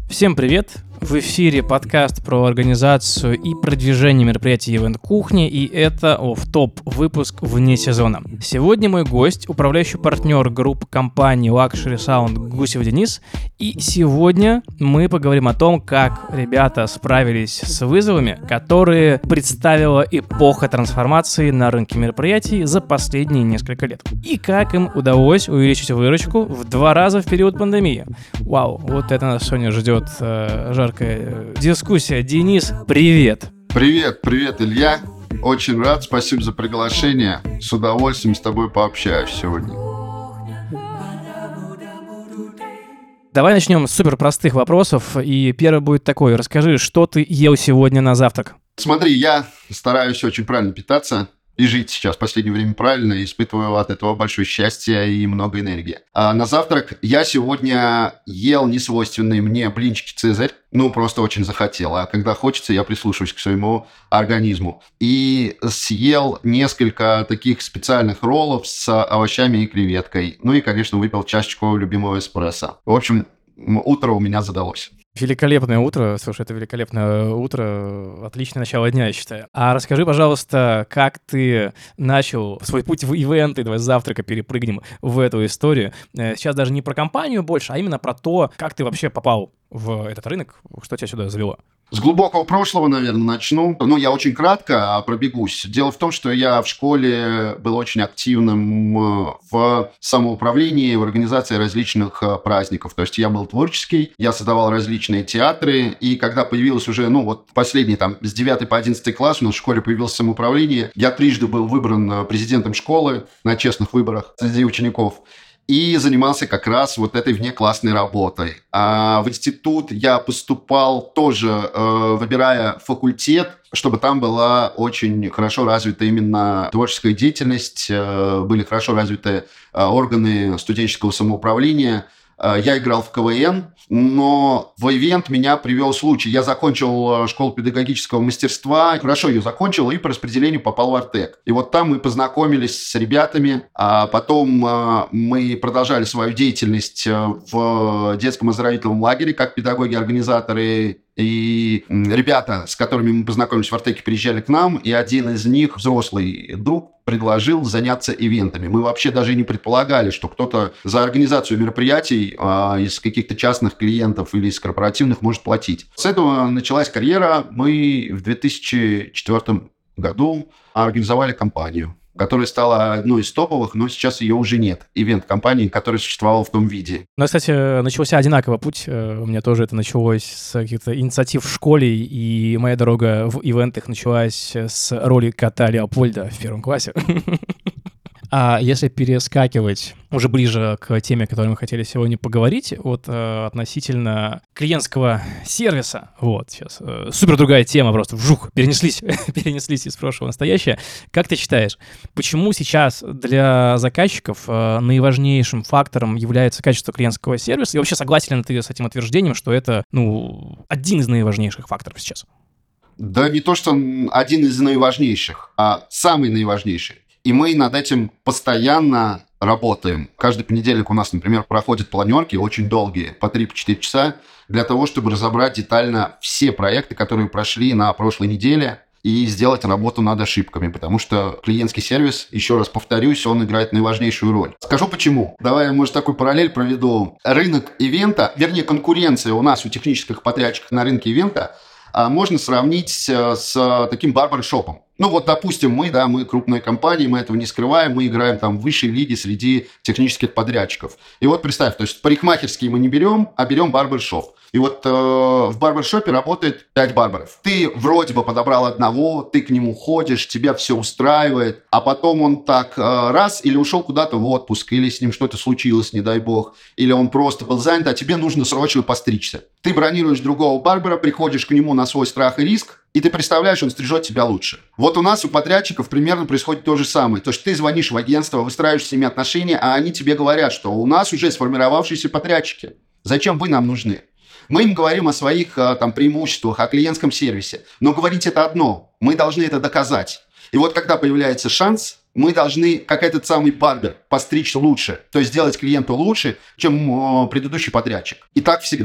Всем привет! В эфире подкаст про организацию и продвижение мероприятий Event Кухни, и это офф-топ выпуск вне сезона. Сегодня мой гость, управляющий партнер группы компании Luxury Sound Гусев Денис, и сегодня мы поговорим о том, как ребята справились с вызовами, которые представила эпоха трансформации на рынке мероприятий за последние несколько лет, и как им удалось увеличить выручку в 2 раза в период пандемии. Вау, вот это нас сегодня ждет жаркая дискуссия. Денис, привет! Привет, Илья. Очень рад, спасибо за приглашение. С удовольствием с тобой пообщаюсь сегодня. Давай начнем с супер простых вопросов. И первый будет такой. Расскажи, что ты ел сегодня на завтрак? Смотри, я стараюсь очень правильно питаться и жить сейчас в последнее время правильно, и испытываю от этого большое счастье и много энергии. А на завтрак я сегодня ел несвойственные мне блинчики «Цезарь». Просто очень захотел. А когда хочется, я прислушиваюсь к своему организму. И съел несколько таких специальных роллов с овощами и креветкой. И, конечно, выпил чашечку любимого эспрессо. В общем, утро у меня задалось. Великолепное утро. Слушай, это великолепное утро. Отличное начало дня, я считаю. А расскажи, пожалуйста, как ты начал свой путь в ивенты. Давай с завтрака перепрыгнем в эту историю. Сейчас даже не про компанию больше, а именно про то, как ты вообще попал в этот рынок, что тебя сюда завело. С глубокого прошлого, наверное, начну. Я очень кратко пробегусь. Дело в том, что я в школе был очень активным в самоуправлении, в организации различных праздников. То есть я был творческий, я создавал различные театры, и когда появилось уже, последний, с 9 по 11 класс, у нас в школе появилось самоуправление, я трижды был выбран президентом школы на честных выборах среди учеников. И занимался как раз вот этой внеклассной работой. А в институт я поступал тоже, выбирая факультет, чтобы там была очень хорошо развита именно творческая деятельность, были хорошо развиты органы студенческого самоуправления. Я играл в КВН, но в ивент меня привел случай. Я закончил школу педагогического мастерства, хорошо ее закончил, и по распределению попал в Артек. И вот там мы познакомились с ребятами, а потом мы продолжали свою деятельность в детском оздоровительном лагере, как педагоги-организаторы. И ребята, с которыми мы познакомились в Артеке, приезжали к нам, и один из них, взрослый друг, предложил заняться ивентами. Мы вообще даже и не предполагали, что кто-то за организацию мероприятий из каких-то частных клиентов или из корпоративных может платить. С этого началась карьера. Мы в 2004 году организовали компанию, которая стала одной из топовых, но сейчас ее уже нет. Ивент-компании, которая существовала в том виде. Кстати, начался одинаковый путь. У меня тоже это началось с каких-то инициатив в школе, и моя дорога в ивентах началась с роли кота Леопольда в 1 классе. А если перескакивать уже ближе к теме, о которой мы хотели сегодня поговорить, относительно клиентского сервиса, сейчас супер другая тема, просто вжух, перенеслись из прошлого в настоящее. Как ты считаешь, почему сейчас для заказчиков наиважнейшим фактором является качество клиентского сервиса? И вообще согласен ли ты с этим утверждением, что это, один из наиважнейших факторов сейчас? Да не то, что один из наиважнейших, а самый наиважнейший. И мы над этим постоянно работаем. Каждый понедельник у нас, например, проходят планерки, очень долгие, по 3-4 часа, для того, чтобы разобрать детально все проекты, которые прошли на прошлой неделе, и сделать работу над ошибками, потому что клиентский сервис, еще раз повторюсь, он играет наиважнейшую роль. Скажу почему. Давай, может, такой параллель проведу. Рынок ивента, конкуренция у нас, у технических подрядчиков на рынке ивента, можно сравнить с таким барбершопом. Допустим, мы крупная компания, мы этого не скрываем, мы играем там в высшей лиге среди технических подрядчиков. И представь, то есть парикмахерские мы не берем, а берем барбершоп. И в барбершопе работает 5 барберов. Ты вроде бы подобрал одного, ты к нему ходишь, тебя все устраивает, а потом он или ушел куда-то в отпуск, или с ним что-то случилось, не дай бог, или он просто был занят, а тебе нужно срочно постричься. Ты бронируешь другого барбера, приходишь к нему на свой страх и риск, и ты представляешь, он стрижет тебя лучше. У нас у подрядчиков примерно происходит то же самое. То есть ты звонишь в агентство, выстраиваешь с ними отношения, а они тебе говорят, что у нас уже сформировавшиеся подрядчики. Зачем вы нам нужны? Мы им говорим о своих преимуществах, о клиентском сервисе. Но говорить это одно. Мы должны это доказать. И когда появляется шанс, мы должны, как этот самый барбер, постричь лучше. То есть сделать клиенту лучше, чем предыдущий подрядчик. И так всегда.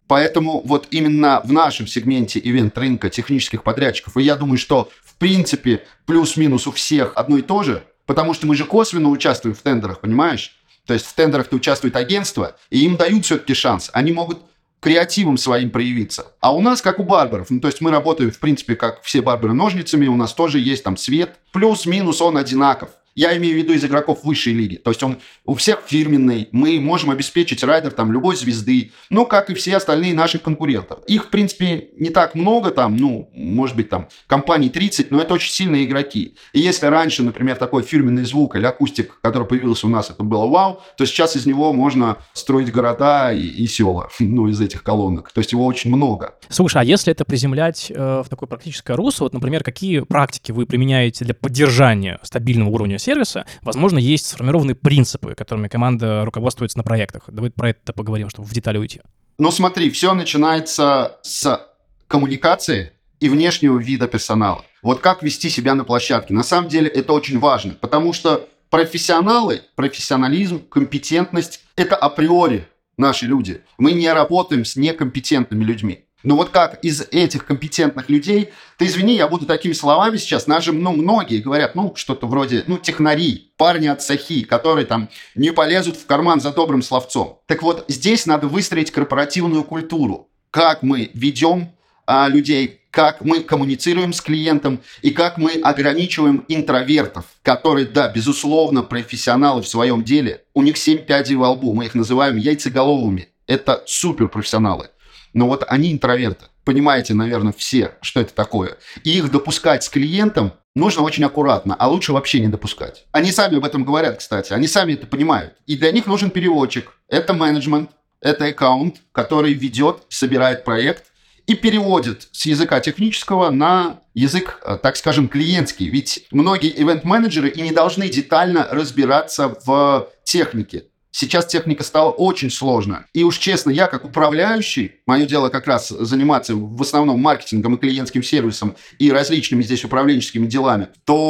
Поэтому вот именно в нашем сегменте ивент-рынка технических подрядчиков, и я думаю, что в принципе плюс-минус у всех одно и то же, потому что мы же косвенно участвуем в тендерах, понимаешь? То есть в тендерах-то участвует агентство, и им дают все-таки шанс. Они могут креативом своим проявиться. А у нас, как у барберов, то есть мы работаем, в принципе, как все барберы ножницами, у нас тоже есть там цвет, плюс-минус он одинаков. Я имею в виду из игроков высшей лиги. То есть он у всех фирменный. Мы можем обеспечить райдер там любой звезды. Ну, как и все остальные наших конкурентов. Их, в принципе, не так много там. Может быть, там компаний 30, но это очень сильные игроки. И если раньше, например, такой фирменный звук или акустик, который появился у нас, это было вау, то сейчас из него можно строить города и села. Из этих колонок. То есть его очень много. Слушай, а если это приземлять в такое практическое русло, вот, например, какие практики вы применяете для поддержания стабильного уровня сервиса? Возможно, есть сформированные принципы, которыми команда руководствуется на проектах. Давай про это поговорим, чтобы в детали уйти. Смотри, все начинается с коммуникации и внешнего вида персонала. Вот как вести себя на площадке. На самом деле это очень важно, потому что профессионалы, профессионализм, компетентность – это априори наши люди. Мы не работаем с некомпетентными людьми. Но вот как из этих компетентных людей, ты извини, я буду такими словами сейчас, нас же многие говорят, что-то вроде, технари, парни от сахи, которые там не полезут в карман за добрым словцом. Так вот, здесь надо выстроить корпоративную культуру. Как мы ведем людей, как мы коммуницируем с клиентом и как мы ограничиваем интровертов, которые, да, безусловно, профессионалы в своем деле. У них 7 пядей во лбу, мы их называем яйцеголовыми. Это суперпрофессионалы. Но вот они интроверты. Понимаете, наверное, все, что это такое. И их допускать с клиентом нужно очень аккуратно, а лучше вообще не допускать. Они сами об этом говорят, кстати. Они сами это понимают. И для них нужен переводчик. Это менеджмент, это аккаунт, который ведет, собирает проект и переводит с языка технического на язык, так скажем, клиентский. Ведь многие ивент-менеджеры и не должны детально разбираться в технике. Сейчас техника стала очень сложна. И уж честно, я как управляющий, мое дело как раз заниматься в основном маркетингом и клиентским сервисом и различными здесь управленческими делами,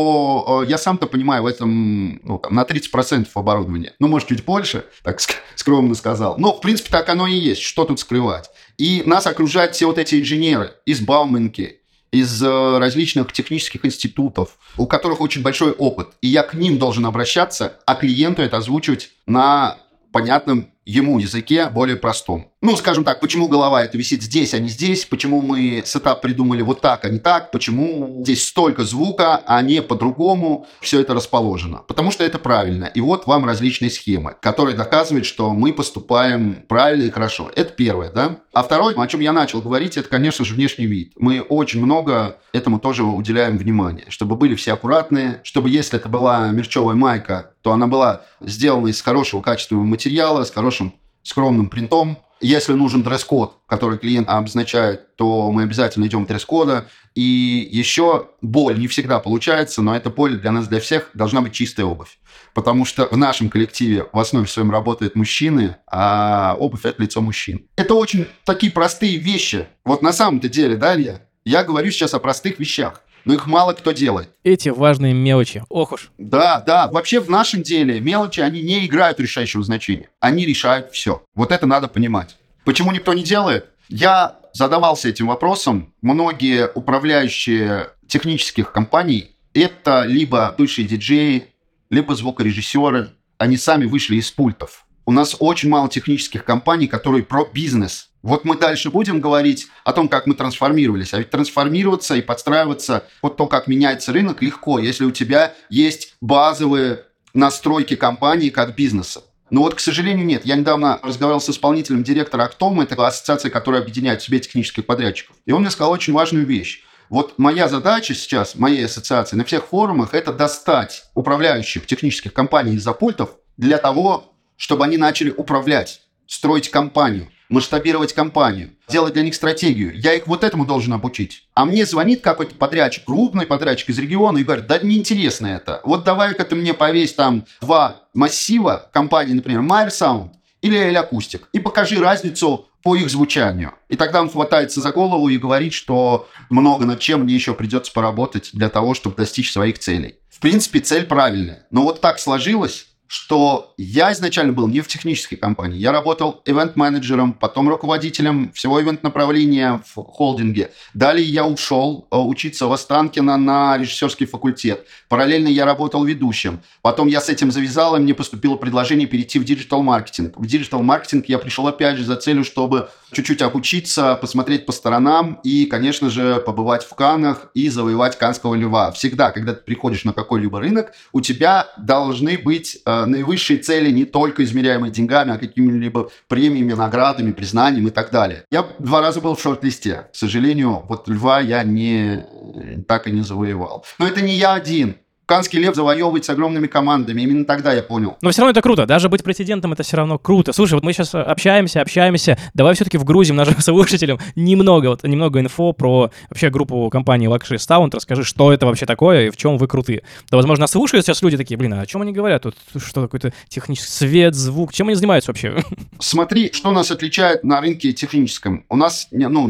то я сам-то понимаю в этом на 30% оборудования. Может, чуть больше, так скромно сказал. Но, в принципе, так оно и есть. Что тут скрывать? И нас окружают все вот эти инженеры из Бауманки, из различных технических институтов, у которых очень большой опыт. И я к ним должен обращаться, а клиенту это озвучивать на понятном ему языке, более простом. Скажем так, почему голова это висит здесь, а не здесь, почему мы сетап придумали вот так, а не так, почему здесь столько звука, а не по-другому, все это расположено. Потому что это правильно. И вот вам различные схемы, которые доказывают, что мы поступаем правильно и хорошо. Это первое, да? А второе, о чем я начал говорить, это, конечно же, внешний вид. Мы очень много этому тоже уделяем внимание, чтобы были все аккуратные, чтобы если это была мерчевая майка, то она была сделана из хорошего качественного материала, с хорошим скромным принтом. Если нужен дресс-код, который клиент обозначает, то мы обязательно идем дресс-кода. И еще боль не всегда получается, но эта боль для нас, для всех, должна быть чистая обувь. Потому что в нашем коллективе в основе своем работают мужчины, а обувь – это лицо мужчин. Это очень такие простые вещи. Вот на самом-то деле, да, Илья? Я говорю сейчас о простых вещах. Но их мало кто делает. Эти важные мелочи. Ох уж. Да. Вообще в нашем деле мелочи, они не играют решающего значения. Они решают все. Вот это надо понимать. Почему никто не делает? Я задавался этим вопросом. Многие управляющие технических компаний – это либо бывшие диджеи, либо звукорежиссеры. Они сами вышли из пультов. У нас очень мало технических компаний, которые про бизнес. Вот мы дальше будем говорить о том, как мы трансформировались. А ведь трансформироваться и подстраиваться под то, как меняется рынок, легко, если у тебя есть базовые настройки компании как бизнеса. Но вот, к сожалению, нет. Я недавно разговаривал с исполнительным директором Актома, это ассоциация, которая объединяет в себе технических подрядчиков. И он мне сказал очень важную вещь. Вот моя задача сейчас, моей ассоциации, на всех форумах, это достать управляющих технических компаний из-за пультов для того, чтобы они начали управлять, строить компанию, масштабировать компанию, делать для них стратегию. Я их вот этому должен обучить. А мне звонит какой-то подрядчик, крупный подрядчик из региона, и говорит, да неинтересно это. Вот давай-ка ты мне повесь там 2 массива компании, например, Meyer Sound или L Acoustic, и покажи разницу по их звучанию. И тогда он хватается за голову и говорит, что много над чем мне еще придется поработать для того, чтобы достичь своих целей. В принципе, цель правильная. Но вот так сложилось, что я изначально был не в технической компании. Я работал ивент-менеджером, потом руководителем всего ивент-направления в холдинге. Далее я ушел учиться в Останкино на режиссерский факультет. Параллельно я работал ведущим. Потом я с этим завязал, и мне поступило предложение перейти в диджитал-маркетинг. В диджитал-маркетинг я пришел опять же за целью, чтобы чуть-чуть обучиться, посмотреть по сторонам и, конечно же, побывать в Каннах и завоевать Каннского льва. Всегда, когда ты приходишь на какой-либо рынок, у тебя должны быть наивысшие цели, не только измеряемые деньгами, а какими-либо премиями, наградами, признанием и так далее. Я 2 раза был в шорт-листе. К сожалению, вот льва я так и не завоевал. Но это не я один. Каннский лев завоевывает с огромными командами. Именно тогда я понял. Но все равно это круто. Даже быть претендентом — это все равно круто. Слушай, вот мы сейчас общаемся. Давай все-таки вгрузим нашим слушателям немного инфо про вообще группу компании Luxury Sound. Расскажи, что это вообще такое и в чем вы крутые. Да, возможно, слушают сейчас люди такие, блин, а о чем они говорят? Тут что, какой-то технический свет, звук? Чем они занимаются вообще? Смотри, что нас отличает на рынке техническом. У нас,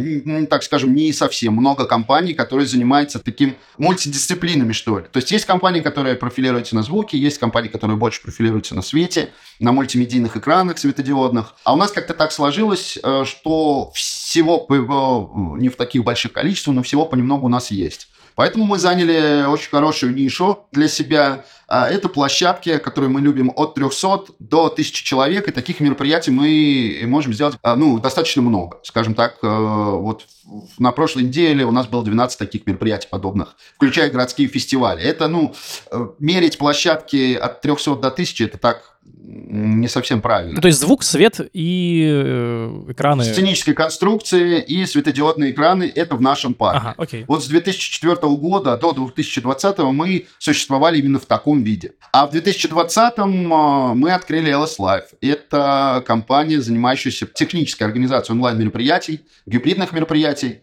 так скажем, не совсем много компаний, которые занимаются таким мультидисциплинами, что ли. То есть есть компании, которые профилируются на звуке, есть компании, которые больше профилируются на свете, на мультимедийных экранах светодиодных. А у нас как-то так сложилось, что всего, не в таких больших количествах, но всего понемногу у нас есть. Поэтому мы заняли очень хорошую нишу для себя. Это площадки, которые мы любим от 300 до 1000 человек, и таких мероприятий мы можем сделать достаточно много. Скажем так, вот на прошлой неделе у нас было 12 таких мероприятий подобных, включая городские фестивали. Это, мерить площадки от 300 до 1000, это так не совсем правильно. Ну, то есть звук, свет и экраны. Сценические конструкции и светодиодные экраны — это в нашем парке. Ага, окей. Вот с 2004 года до 2020 мы существовали именно в таком виде. А в 2020 мы открыли LS Live. Это компания, занимающаяся технической организацией онлайн-мероприятий, гибридных мероприятий.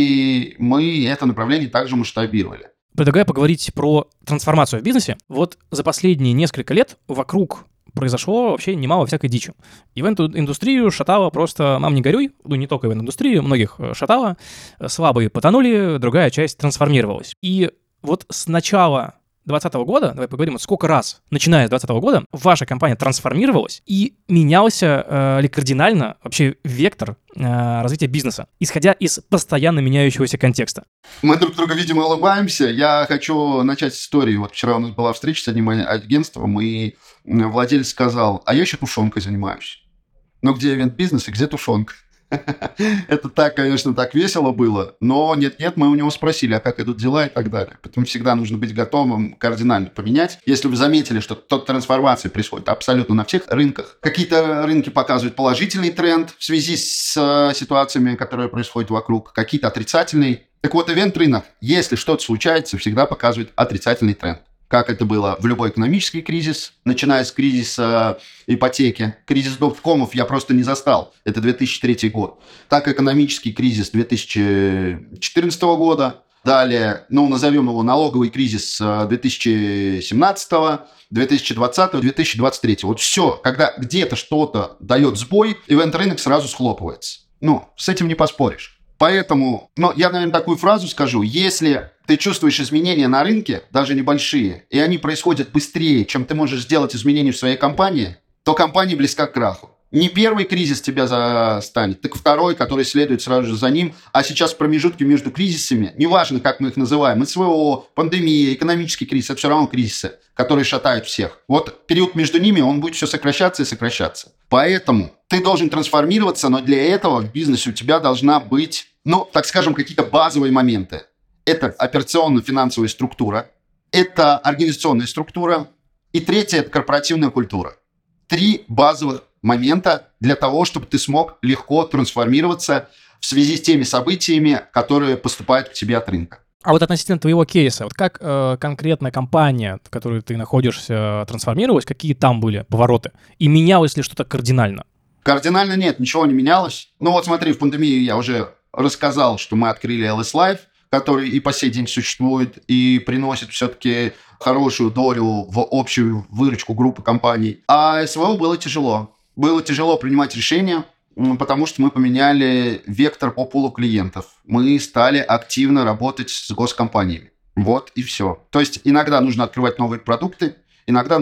И мы это направление также масштабировали. Предлагаю поговорить про трансформацию в бизнесе. Вот за последние несколько лет вокруг произошло вообще немало всякой дичи. Ивент-индустрию шатало просто «мам, не горюй». Ну, не только ивент-индустрию, многих шатало. Слабые потонули, другая часть трансформировалась. И вот с начала 2020 года, давай поговорим, сколько раз, начиная с 2020 года, ваша компания трансформировалась и менялся ли кардинально вообще вектор развития бизнеса, исходя из постоянно меняющегося контекста? Мы друг друга, видимо, улыбаемся. Я хочу начать с истории. Вот вчера у нас была встреча с одним агентством, и владелец сказал: а я еще тушенкой занимаюсь. Но где ивент-бизнес и где тушенка? Это так, конечно, так весело было, но нет, мы у него спросили, а как идут дела и так далее. Поэтому всегда нужно быть готовым кардинально поменять. Если вы заметили, что трансформация происходит абсолютно на всех рынках, какие-то рынки показывают положительный тренд в связи с ситуациями, которые происходят вокруг, какие-то отрицательные. Так вот, ивент-рынок, если что-то случается, всегда показывает отрицательный тренд. Как это было в любой экономический кризис, начиная с кризиса ипотеки. Кризис доткомов я просто не застал. Это 2003 год. Так экономический кризис 2014 года. Далее, назовем его налоговый кризис 2017, 2020, 2023. Вот все, когда где-то что-то дает сбой, ивент-рынок сразу схлопывается. С этим не поспоришь. Поэтому, я, наверное, такую фразу скажу. Если ты чувствуешь изменения на рынке, даже небольшие, и они происходят быстрее, чем ты можешь сделать изменения в своей компании, то компания близка к краху. Не первый кризис тебя застанет, так второй, который следует сразу же за ним. А сейчас в промежутке между кризисами, неважно, как мы их называем, СВО, пандемия, экономический кризис, это все равно кризисы, которые шатают всех. Вот период между ними, он будет все сокращаться и сокращаться. Поэтому ты должен трансформироваться, но для этого в бизнесе у тебя должна быть, так скажем, какие-то базовые моменты. Это операционно-финансовая структура, это организационная структура, и третье – это корпоративная культура. 3 базовых момента для того, чтобы ты смог легко трансформироваться в связи с теми событиями, которые поступают к тебе от рынка. А вот относительно твоего кейса, вот как конкретно компания, в которой ты находишься, трансформировалась, какие там были повороты? И менялось ли что-то кардинально? Кардинально нет, ничего не менялось. Смотри, в пандемии я уже рассказал, что мы открыли LS Live, который и по сей день существует, и приносит все-таки хорошую долю в общую выручку группы компаний. А СВО было тяжело. Было тяжело принимать решения, потому что мы поменяли вектор по пулу клиентов. Мы стали активно работать с госкомпаниями. Вот и все. То есть иногда нужно открывать новые продукты, иногда нужно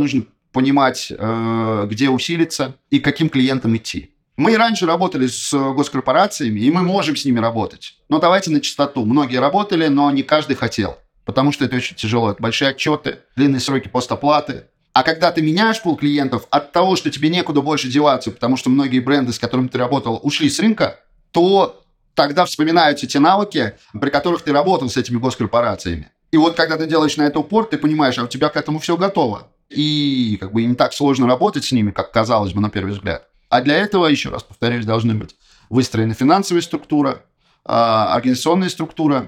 понимать, где усилиться и к каким клиентам идти. Мы и раньше работали с госкорпорациями, и мы можем с ними работать. Но давайте на чистоту. Многие работали, но не каждый хотел. Потому что это очень тяжело. Это большие отчеты, длинные сроки постоплаты. А когда ты меняешь пул клиентов от того, что тебе некуда больше деваться, потому что многие бренды, с которыми ты работал, ушли с рынка, то тогда вспоминаются те навыки, при которых ты работал с этими госкорпорациями. И вот когда ты делаешь на это упор, ты понимаешь, а у тебя к этому все готово. И как бы не так сложно работать с ними, как казалось бы на первый взгляд. А для этого, еще раз повторюсь, должны быть выстроена финансовая структура, организационная структура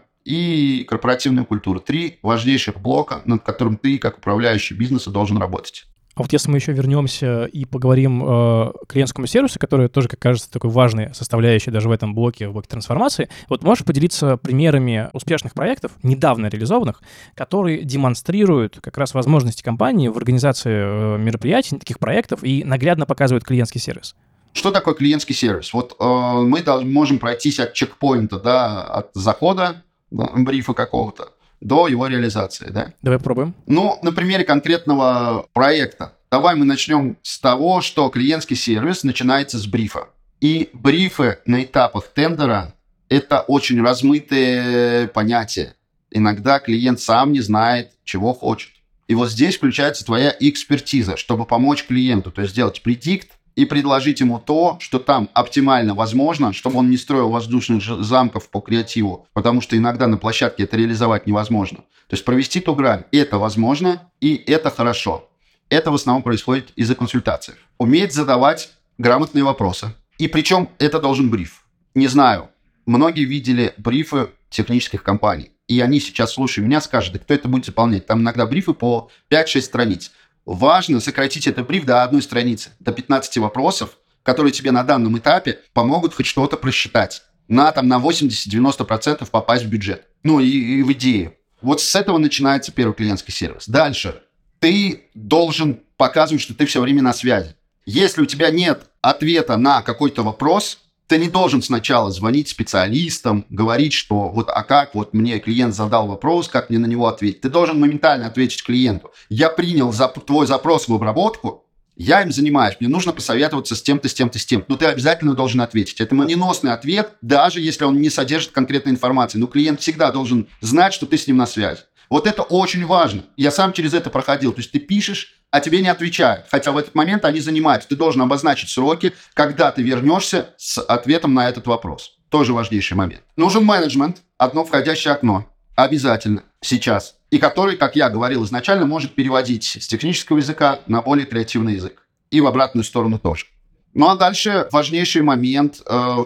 и корпоративная культура. 3 важнейших блока, над которым ты, как управляющий бизнеса, должен работать. А вот если мы еще вернемся и поговорим о клиентском сервисе, который тоже, как кажется, такой важной составляющей даже в этом блоке, в блоке трансформации, вот можешь поделиться примерами успешных проектов, недавно реализованных, которые демонстрируют как раз возможности компании в организации мероприятий, таких проектов, и наглядно показывают клиентский сервис? Что такое клиентский сервис? Вот мы можем пройтись от чекпоинта, да, от захода, брифа какого-то, до его реализации, да? Давай попробуем. Ну, на примере конкретного проекта. Давай мы начнем с того, что клиентский сервис начинается с брифа. И брифы на этапах тендера – это очень размытые понятия. Иногда клиент сам не знает, чего хочет. И вот здесь включается твоя экспертиза, чтобы помочь клиенту, то есть сделать предикт и предложить ему то, что там оптимально возможно, чтобы он не строил воздушных замков по креативу, потому что иногда на площадке это реализовать невозможно. То есть провести ту грань – это возможно, и это хорошо. Это в основном происходит из-за консультаций. Уметь задавать грамотные вопросы. И причем это должен бриф. Не знаю, многие видели брифы технических компаний, и они сейчас, слушая меня, скажут, да кто это будет заполнять? Там иногда брифы по 5-6 страниц. Важно сократить этот бриф до 1 страницы, до 15 вопросов, которые тебе на данном этапе помогут хоть что-то просчитать. На 80-90% попасть в бюджет. Ну и в идею. Вот с этого начинается первый клиентский сервис. Дальше. Ты должен показывать, что ты все время на связи. Если у тебя нет ответа на какой-то вопрос, ты не должен сначала звонить специалистам, говорить, что вот, а как, вот мне клиент задал вопрос, как мне на него ответить. Ты должен моментально ответить клиенту. Я принял твой запрос в обработку, я им занимаюсь, мне нужно посоветоваться с тем-то, с тем-то, с тем. Но ты обязательно должен ответить. Это молниеносный ответ, даже если он не содержит конкретной информации. Но клиент всегда должен знать, что ты с ним на связи. Вот это очень важно. Я сам через это проходил. То есть ты пишешь, а тебе не отвечают. Хотя в этот момент они занимаются. Ты должен обозначить сроки, когда ты вернешься с ответом на этот вопрос. Тоже важнейший момент. Нужен менеджмент, одно входящее окно. Обязательно. Сейчас. И который, как я говорил изначально, может переводить с технического языка на более креативный язык. И в обратную сторону тоже. Ну а дальше важнейший момент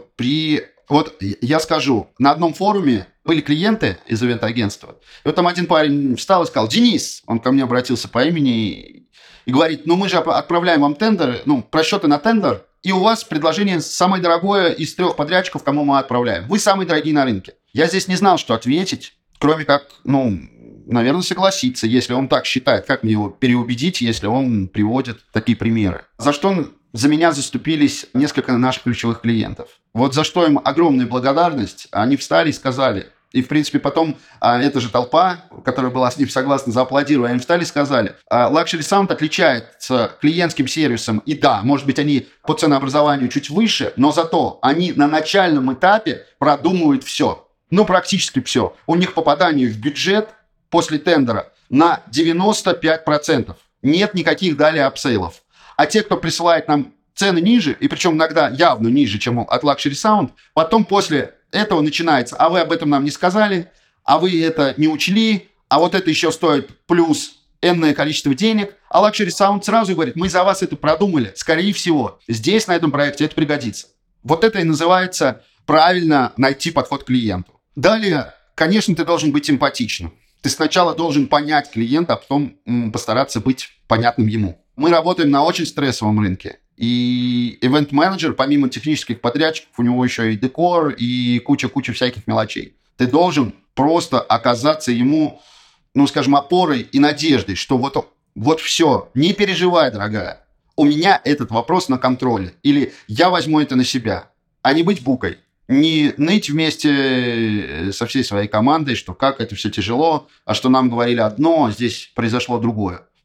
Вот я скажу, на одном форуме были клиенты из ивент-агентства. И вот там один парень встал и сказал: Денис, он ко мне обратился по имени и говорит: ну мы же отправляем вам тендеры, просчеты на тендер, и у вас предложение самое дорогое из 3 подрядчиков, кому мы отправляем. Вы самые дорогие на рынке. Я здесь не знал, что ответить, кроме как, наверное, согласиться, если он так считает. Как мне его переубедить, если он приводит такие примеры? За что за меня заступились несколько наших ключевых клиентов. Вот за что им огромная благодарность. Они встали и сказали, и, в принципе, потом эта же толпа, которая была с ним согласна, зааплодировала, они встали и сказали: Luxury Sound отличается клиентским сервисом, и да, может быть, они по ценообразованию чуть выше, но зато они на начальном этапе продумывают все. Практически все. У них попадание в бюджет после тендера на 95%. Нет никаких далее апсейлов. А те, кто присылает нам цены ниже, и причем иногда явно ниже, чем от Luxury Sound, потом после этого начинается: а вы об этом нам не сказали, а вы это не учли, а вот это еще стоит плюс энное количество денег. А Luxury Sound сразу говорит: мы за вас это продумали, скорее всего, здесь на этом проекте это пригодится. Вот это и называется правильно найти подход к клиенту. Далее, конечно, ты должен быть эмпатичным. Ты сначала должен понять клиента, а потом постараться быть понятным ему. Мы работаем на очень стрессовом рынке. И ивент-менеджер, помимо технических подрядчиков, у него еще и декор, и куча всяких мелочей. Ты должен просто оказаться ему, опорой и надеждой, что вот все, не переживай, дорогая. У меня этот вопрос на контроле. Или я возьму это на себя. А не быть букой. Не ныть вместе со всей своей командой, что как это все тяжело, а что нам говорили одно, а здесь произошло другое.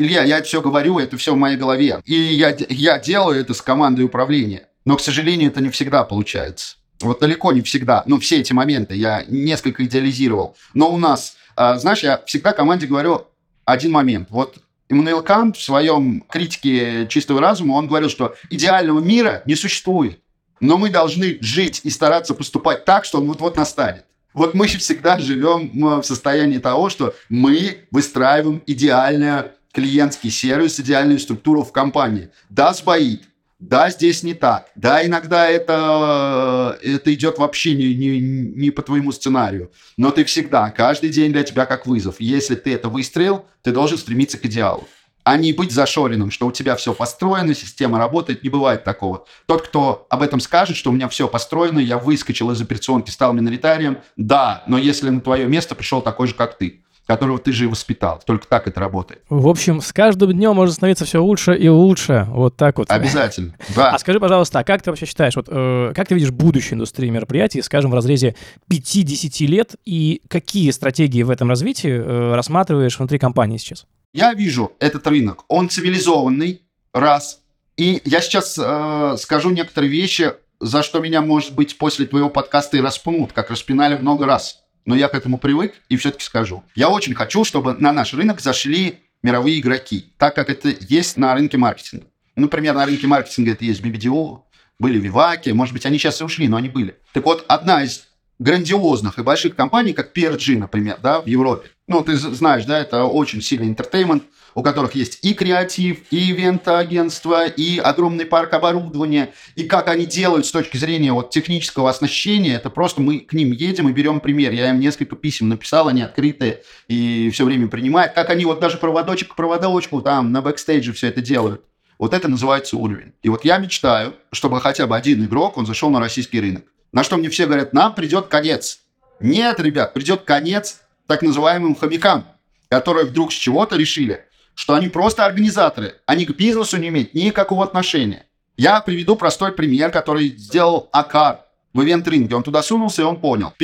Илья, я это все говорю, это все в моей голове. И я делаю это с командой управления. Но, к сожалению, это не всегда получается. Вот далеко не всегда. Ну, все эти моменты я несколько идеализировал. Но у нас, знаешь, я всегда команде говорю один момент. Вот Иммануил Кант в своем критике чистого разума, он говорил, что идеального мира не существует. Но мы должны жить и стараться поступать так, что он вот-вот настанет. Вот мы всегда живем в состоянии того, что мы выстраиваем идеальный клиентский сервис, идеальную структуру в компании. Да, сбоит. Да, здесь не так. Да, иногда это идет вообще не по твоему сценарию. Но ты всегда, каждый день для тебя как вызов. Если ты это выстроил, ты должен стремиться к идеалу. А не быть зашоренным, что у тебя все построено, система работает. Не бывает такого. Тот, кто об этом скажет, что у меня все построено, я выскочил из операционки, стал миноритарием. Да, но если на твое место пришел такой же, как ты, которого ты же и воспитал. Только так это работает. В общем, с каждым днем может становиться все лучше и лучше. Вот так вот. Обязательно, да. А скажи, пожалуйста, а как ты вообще считаешь, вот как ты видишь будущее индустрии мероприятий, скажем, в разрезе 5-10 лет, и какие стратегии в этом развитии рассматриваешь внутри компании сейчас? Я вижу этот рынок. Он цивилизованный, раз. И я сейчас скажу некоторые вещи, за что меня, может быть, после твоего подкаста и распнут, как распинали много раз. Но я к этому привык и все-таки скажу. Я очень хочу, чтобы на наш рынок зашли мировые игроки, так как это есть на рынке маркетинга. Например, на рынке маркетинга это есть BBDO, были Виваки, может быть, они сейчас и ушли, но они были. Так вот, одна из грандиозных и больших компаний, как PRG, например, да, в Европе. Ну, ты знаешь, да, это очень сильный интертеймент, у которых есть и креатив, и ивент-агентство, и огромный парк оборудования. И как они делают с точки зрения вот технического оснащения, это просто мы к ним едем и берем пример. Я им несколько писем написал, они открытые и все время принимают. Как они вот даже проводочек к проводочку там на бэкстейдже все это делают. Вот это называется уровень. И вот я мечтаю, чтобы хотя бы один игрок, он зашел на российский рынок. На что мне все говорят, нам придет конец. Нет, ребят, придет конец так называемым хомякам, которые вдруг с чего-то решили, что они просто организаторы, они к бизнесу не имеют никакого отношения. Я приведу простой пример, который сделал Акар в ивент-рынке. Он туда сунулся, и он понял.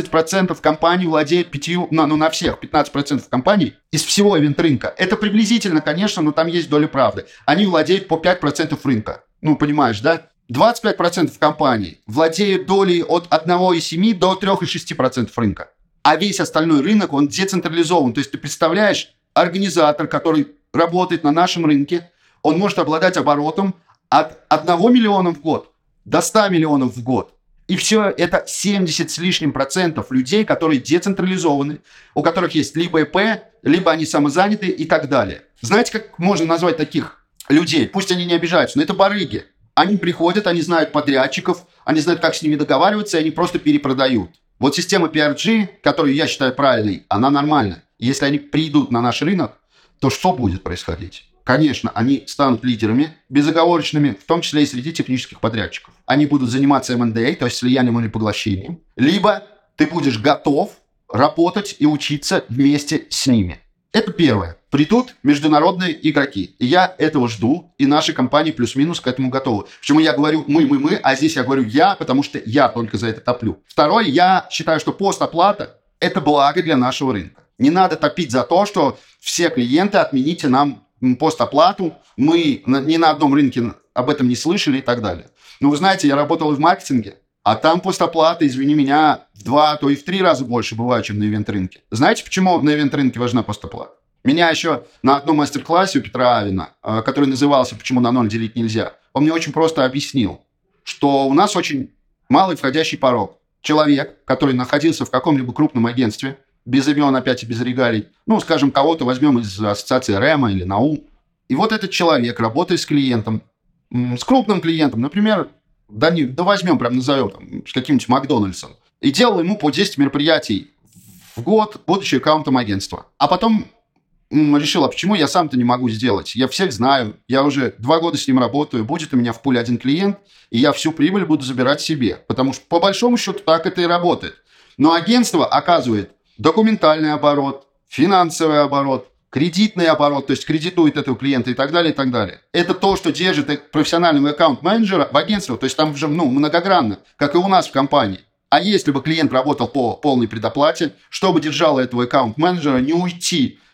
15% компаний владеет на всех 15% компаний из всего ивент-рынка. Это приблизительно, конечно, но там есть доля правды. Они владеют по 5% рынка. Ну, понимаешь, да? 25% компаний владеют долей от 1,7 до 3,6% рынка. А весь остальной рынок, он децентрализован. То есть ты представляешь, организатор, который работает на нашем рынке, он может обладать оборотом от 1 миллиона в год до 100 миллионов в год. И все это 70 с лишним процентов людей, которые децентрализованы, у которых есть либо ИП, либо они самозаняты и так далее. Знаете, как можно назвать таких людей? Пусть они не обижаются, но это барыги. Они приходят, они знают подрядчиков, они знают, как с ними договариваться, и они просто перепродают. Вот система PRG, которую я считаю правильной, она нормальная. Если они придут на наш рынок, то что будет происходить? Конечно, они станут лидерами безоговорочными, в том числе и среди технических подрядчиков. Они будут заниматься M&A, то есть слиянием или поглощением. Либо ты будешь готов работать и учиться вместе с ними. Это первое. Придут международные игроки. И я этого жду, и наши компании плюс-минус к этому готовы. Почему я говорю мы, а здесь я говорю я, потому что я только за это топлю. Второе, я считаю, что постоплата – это благо для нашего рынка. Не надо топить за то, что все клиенты, отмените нам постоплату, мы ни на одном рынке об этом не слышали и так далее. Но вы знаете, я работал и в маркетинге, а там постоплата, извини меня, в 2, а то и в 3 раза больше бывает, чем на ивент-рынке. Знаете, почему на ивент-рынке важна постоплата? Меня еще на одном мастер-классе у Петра Авина, который назывался «Почему на ноль делить нельзя», он мне очень просто объяснил, что у нас очень малый входящий порог. Человек, который находился в каком-либо крупном агентстве, без имен опять и без регалий, ну, скажем, кого-то возьмем из ассоциации РЭМа или НАУ, и вот этот человек, работая с клиентом, с крупным клиентом, например, да возьмем, прям назовем, там, с каким-нибудь Макдональдсом, и делал ему по 10 мероприятий в год, будучи аккаунтом агентства. А потом решил, а почему я сам-то не могу сделать? Я всех знаю, я уже 2 года с ним работаю, будет у меня в пуле 1 клиент, и я всю прибыль буду забирать себе, потому что по большому счету так это и работает. Но агентство оказывает документальный оборот, финансовый оборот, кредитный оборот, то есть кредитует этого клиента и так далее, и так далее. Это то, что держит профессионального аккаунт-менеджера в агентстве, то есть там же многогранно, как и у нас в компании. А если бы клиент работал по полной предоплате, что бы держало этого аккаунт-менеджера не уйти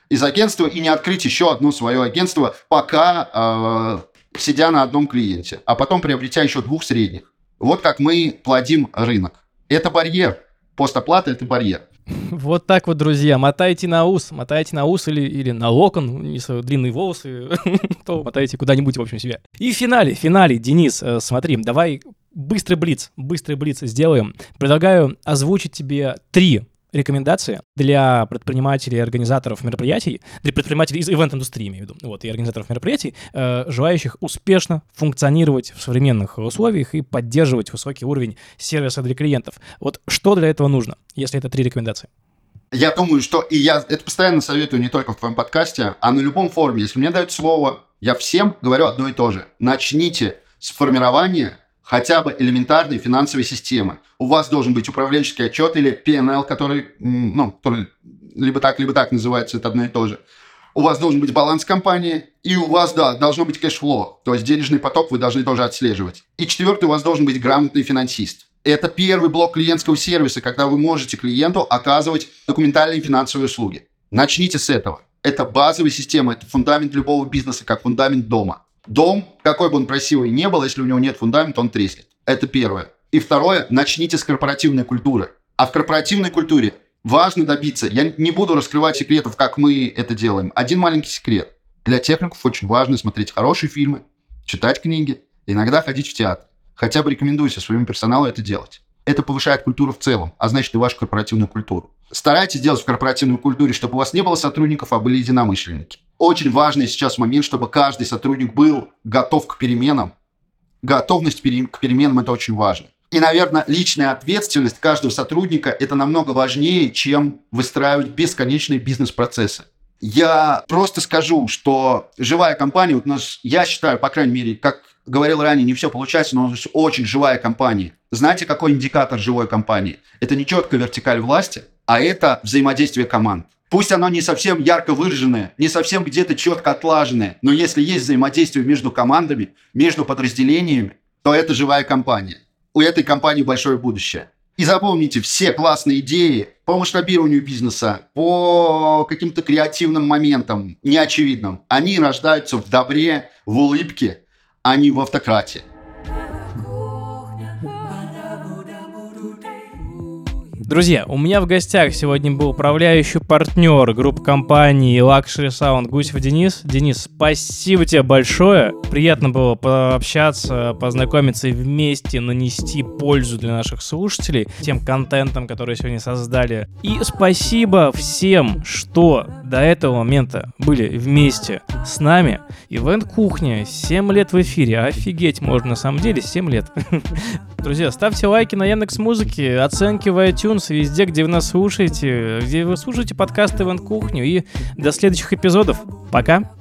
из агентства и не открыть еще одно свое агентство, пока сидя на одном клиенте, а потом приобретя еще 2 средних. Вот как мы плодим рынок. Это барьер. Постоплата – это барьер. Вот так вот, друзья, мотайте на ус или на локон, если длинные волосы, то мотайте куда-нибудь, в общем, себя. И в финале, Денис, смотри, давай быстрый блиц сделаем. Предлагаю озвучить тебе 3 рекомендации для предпринимателей и организаторов мероприятий, для предпринимателей из ивент-индустрии, имею в виду, вот, и организаторов мероприятий, желающих успешно функционировать в современных условиях и поддерживать высокий уровень сервиса для клиентов. Вот что для этого нужно, если это 3 рекомендации? Я думаю, что и я это постоянно советую не только в твоем подкасте, а на любом форуме. Если мне дают слово, я всем говорю одно и то же. Начните с формирования хотя бы элементарной финансовой системы. У вас должен быть управленческий отчет или P&L, который либо так называется, это одно и то же. У вас должен быть баланс компании, и у вас, должно быть кэшфлоу, то есть денежный поток вы должны тоже отслеживать. И 4, у вас должен быть грамотный финансист. Это первый блок клиентского сервиса, когда вы можете клиенту оказывать документальные финансовые услуги. Начните с этого. Это базовая система, это фундамент любого бизнеса, как фундамент дома. Дом, какой бы он красивый ни был, если у него нет фундамента, он треснет. Это первое. И второе, начните с корпоративной культуры. А в корпоративной культуре важно добиться, я не буду раскрывать секретов, как мы это делаем. Один маленький секрет. Для техников очень важно смотреть хорошие фильмы, читать книги, иногда ходить в театр. Хотя бы рекомендуйте своему персоналу это делать. Это повышает культуру в целом, а значит и вашу корпоративную культуру. Старайтесь делать в корпоративной культуре, чтобы у вас не было сотрудников, а были единомышленники. Очень важный сейчас момент, чтобы каждый сотрудник был готов к переменам. Готовность к переменам – это очень важно. И, наверное, личная ответственность каждого сотрудника – это намного важнее, чем выстраивать бесконечные бизнес-процессы. Я просто скажу, что живая компания, вот я считаю, по крайней мере, как говорил ранее, не все получается, но у нас очень живая компания. Знаете, какой индикатор живой компании? Это не четкая вертикаль власти, а это взаимодействие команд. Пусть оно не совсем ярко выраженное, не совсем где-то четко отлаженное, но если есть взаимодействие между командами, между подразделениями, то это живая компания. У этой компании большое будущее. И запомните, все классные идеи по масштабированию бизнеса, по каким-то креативным моментам, неочевидным, они рождаются в добре, в улыбке, а не в автократии. Друзья, у меня в гостях сегодня был управляющий партнер группы компании Luxury Sound Гусев Денис. Денис, спасибо тебе большое. Приятно было пообщаться, познакомиться и вместе нанести пользу для наших слушателей тем контентом, который сегодня создали. И спасибо всем, что до этого момента были вместе с нами. Ивент-кухня, 7 лет в эфире. Офигеть можно, на самом деле, 7 лет. Друзья, ставьте лайки на Яндекс.Музыке, оценки в iTunes, везде, где вы нас слушаете, где вы слушаете подкаст Ивент-кухню. И до следующих эпизодов. Пока!